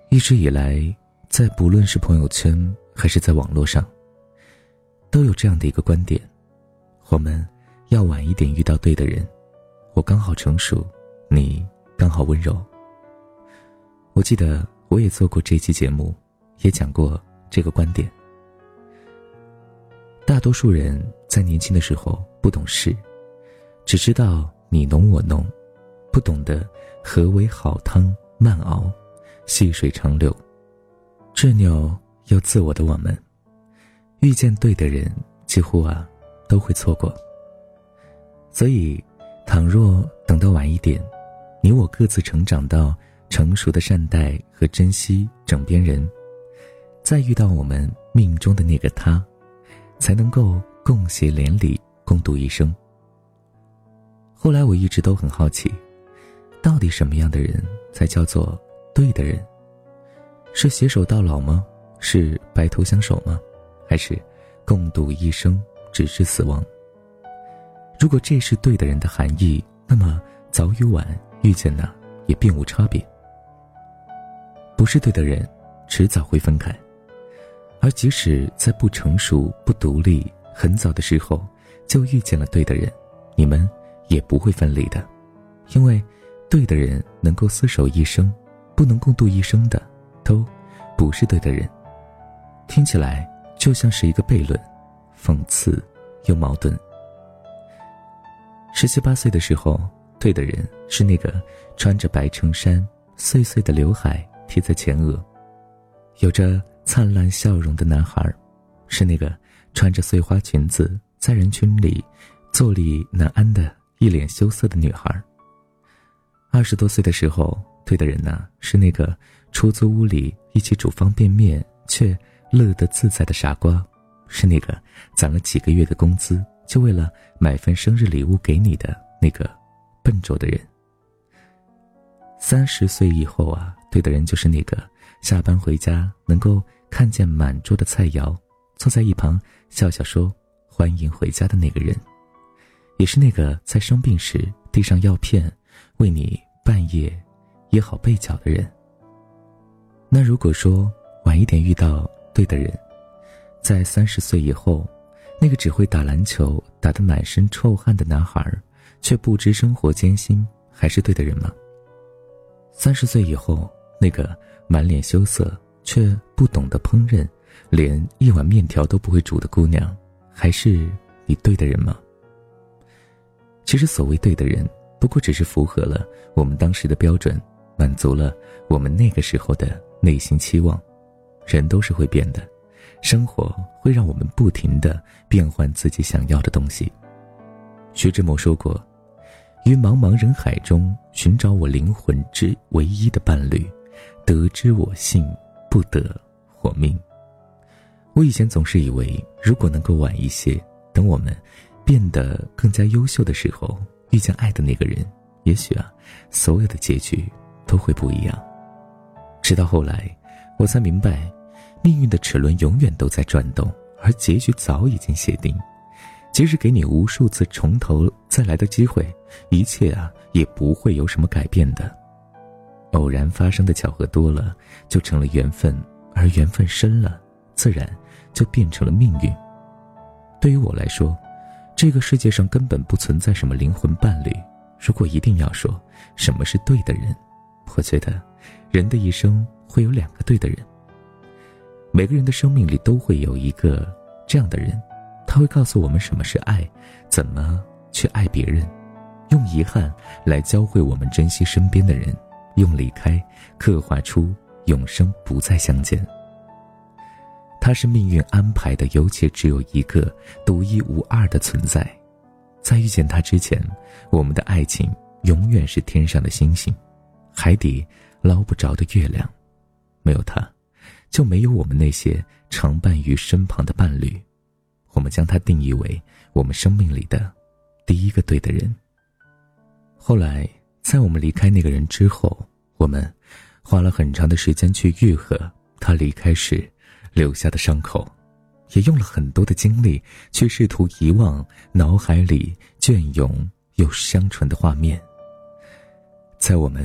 一直以来，在不论是朋友圈还是在网络上，都有这样的一个观点：我们要晚一点遇到对的人，我刚好成熟，你刚好温柔。我记得我也做过这期节目，也讲过这个观点。大多数人在年轻的时候不懂事，只知道你侬我侬，不懂得何为好汤慢熬，细水长流。执拗又自我的我们，遇见对的人几乎都会错过。所以倘若等到晚一点，你我各自成长到成熟的善待和珍惜枕边人，再遇到我们命中的那个他，才能够共携连理，共度一生。后来我一直都很好奇，到底什么样的人才叫做对的人？是携手到老吗？是白头相守吗？还是共度一生直至死亡？如果这是对的人的含义，那么早与晚遇见也并无差别。不是对的人，迟早会分开。而即使在不成熟、不独立、很早的时候就遇见了对的人，你们也不会分离的。因为对的人能够厮守一生，不能共度一生的，都不是对的人。听起来就像是一个悖论，讽刺又矛盾。17、18岁的时候，对的人是那个穿着白衬衫，碎碎的刘海贴在前额，有着灿烂笑容的男孩，是那个穿着碎花裙子在人群里坐立难安的一脸羞涩的女孩。20多岁的时候，对的人是那个出租屋里一起煮方便面却乐得自在的傻瓜，是那个攒了几个月的工资就为了买份生日礼物给你的那个笨拙的人。30岁以后对的人就是那个下班回家能够看见满桌的菜肴，坐在一旁笑笑说欢迎回家的那个人，也是那个在生病时递上药片为你半夜掖好被角的人。那如果说晚一点遇到对的人，在30岁以后，那个只会打篮球打得满身臭汗的男孩，却不知生活艰辛，还是对的人吗？30岁以后，那个满脸羞涩却不懂得烹饪，连一碗面条都不会煮的姑娘，还是你对的人吗？其实所谓对的人，不过只是符合了我们当时的标准，满足了我们那个时候的内心期望。人都是会变的，生活会让我们不停地变换自己想要的东西。徐志摩说过，于茫茫人海中寻找我灵魂之唯一的伴侣，得之我幸，不得我命。我以前总是以为，如果能够晚一些，等我们变得更加优秀的时候，遇见爱的那个人，也许所有的结局都会不一样。直到后来，我才明白，命运的齿轮永远都在转动，而结局早已经写定。即使给你无数次从头再来的机会，一切也不会有什么改变的。偶然发生的巧合多了，就成了缘分，而缘分深了，自然就变成了命运。对于我来说，这个世界上根本不存在什么灵魂伴侣。如果一定要说什么是对的人，我觉得人的一生会有2个对的人。每个人的生命里都会有一个这样的人，他会告诉我们什么是爱，怎么去爱别人，用遗憾来教会我们珍惜身边的人，用离开刻画出永生不再相见。他是命运安排的有且只有一个独一无二的存在。在遇见他之前，我们的爱情永远是天上的星星，海底捞不着的月亮。没有他，就没有我们那些常伴于身旁的伴侣。我们将他定义为我们生命里的第一个对的人。后来在我们离开那个人之后，我们花了很长的时间去愈合他离开时留下的伤口，也用了很多的精力去试图遗忘脑海里隽永又香醇的画面。在我们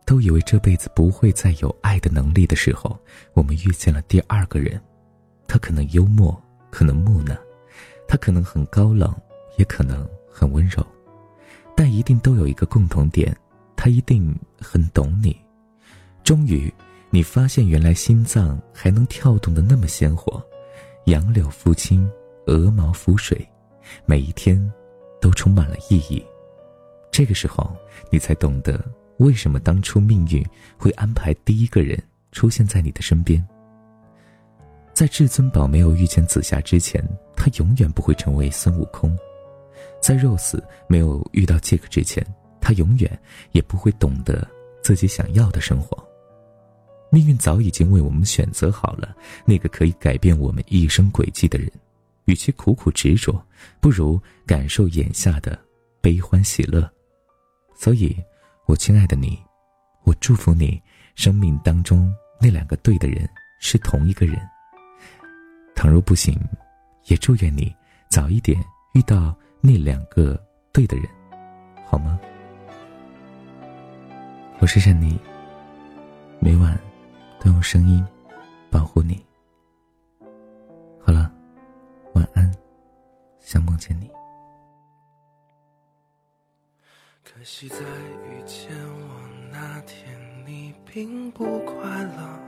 都以为这辈子不会再有爱的能力的时候，我们遇见了第二个人。他可能幽默，可能木讷，他可能很高冷，也可能很温柔，但一定都有一个共同点，他一定很懂你。终于你发现原来心脏还能跳动得那么鲜活，杨柳拂青，鹅毛拂水，每一天都充满了意义。这个时候你才懂得为什么当初命运会安排第一个人出现在你的身边。在至尊宝没有遇见紫霞之前，他永远不会成为孙悟空；在肉丝没有遇到杰克之前，他永远也不会懂得自己想要的生活。命运早已经为我们选择好了那个可以改变我们一生轨迹的人，与其苦苦执着，不如感受眼下的悲欢喜乐。所以我亲爱的你，我祝福你生命当中那两个对的人是同一个人。倘若不行，也祝愿你早一点遇到那两个对的人，好吗？我是珊妮，每晚都用声音保护你。好了，晚安，想梦见你。 可惜在遇见我那天，你并不快乐，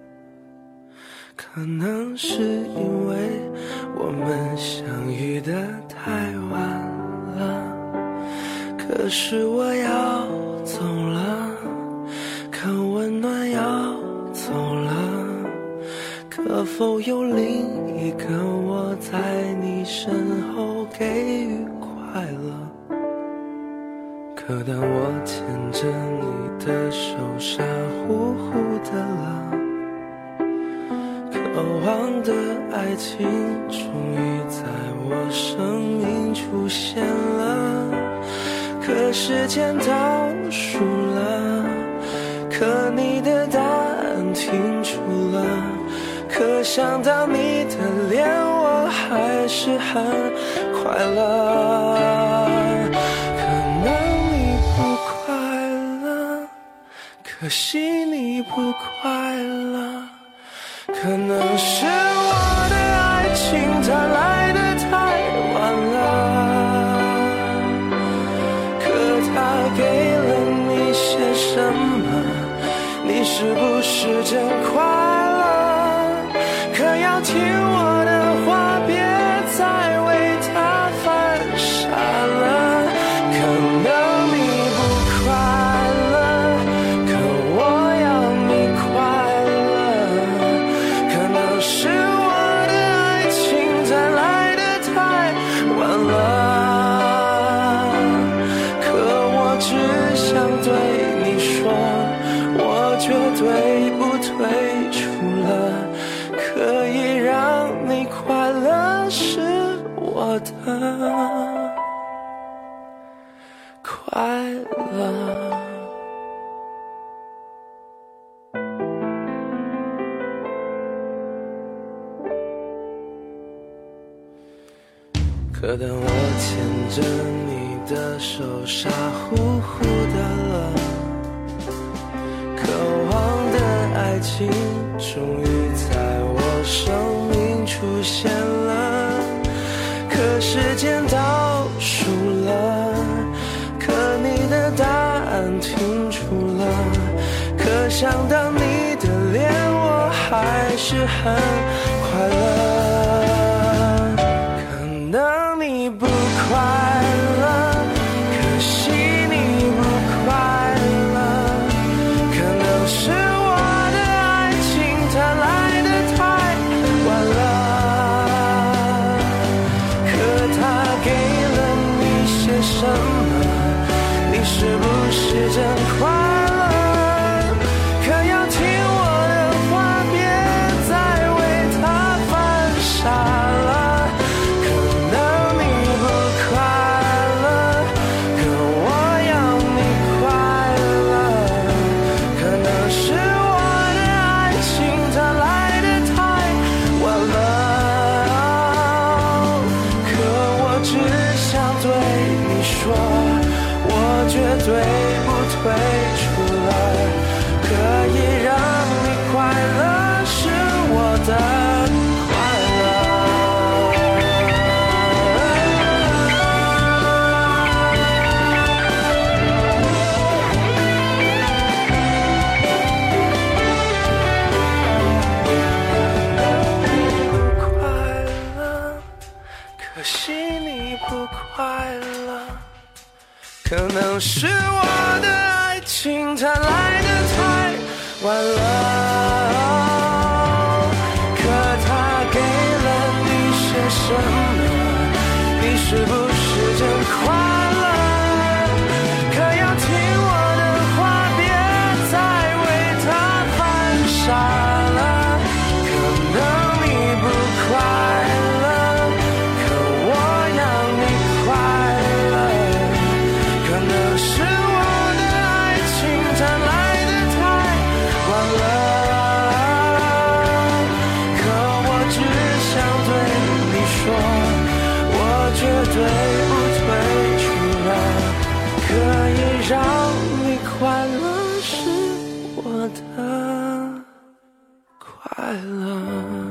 可能是因为我们相遇的太晚了。可是我要走了，可温暖要走了，可否有另一个我在你身后给予快乐？可当我牵着你的手傻乎乎的了，渴望的爱情终于在我生命出现了，可时间倒数了，可你的答案停住了，可想到你的脸我还是很快乐。可能你不快乐，可惜你不快乐，可能是我的爱情它来得太晚了，可它给了你些什么？你是不是真快乐？可要听我的话，别再为它犯傻了。可能你不快乐，可我要你快乐。可能是我的爱情才来得太晚了，可我只想对你说，我绝对不退出了，可以让你快乐是我的快乐。可当我牵着你的手傻乎乎的了，渴望的爱情终于在我生命出现了，可时间倒数了，可你的答案停住了，可想到你的脸我还是很快乐。可能你不快乐，可惜你不快乐，可能是我的爱情它来得太晚了，可它给了你些什么？你是不是真快乐？可要听我的话，别再为它犯傻了。绝对不退出了， 能是我的爱情它来得太晚了，可它给了你些什么？你是不是真快乐？可要听我的话，别再为它犯傻了。可能你不快乐，可我要你快乐。可能是我的爱情它来得太晚了，可我只想对你说，我绝对不退出了。可以让你快乐是我的快乐。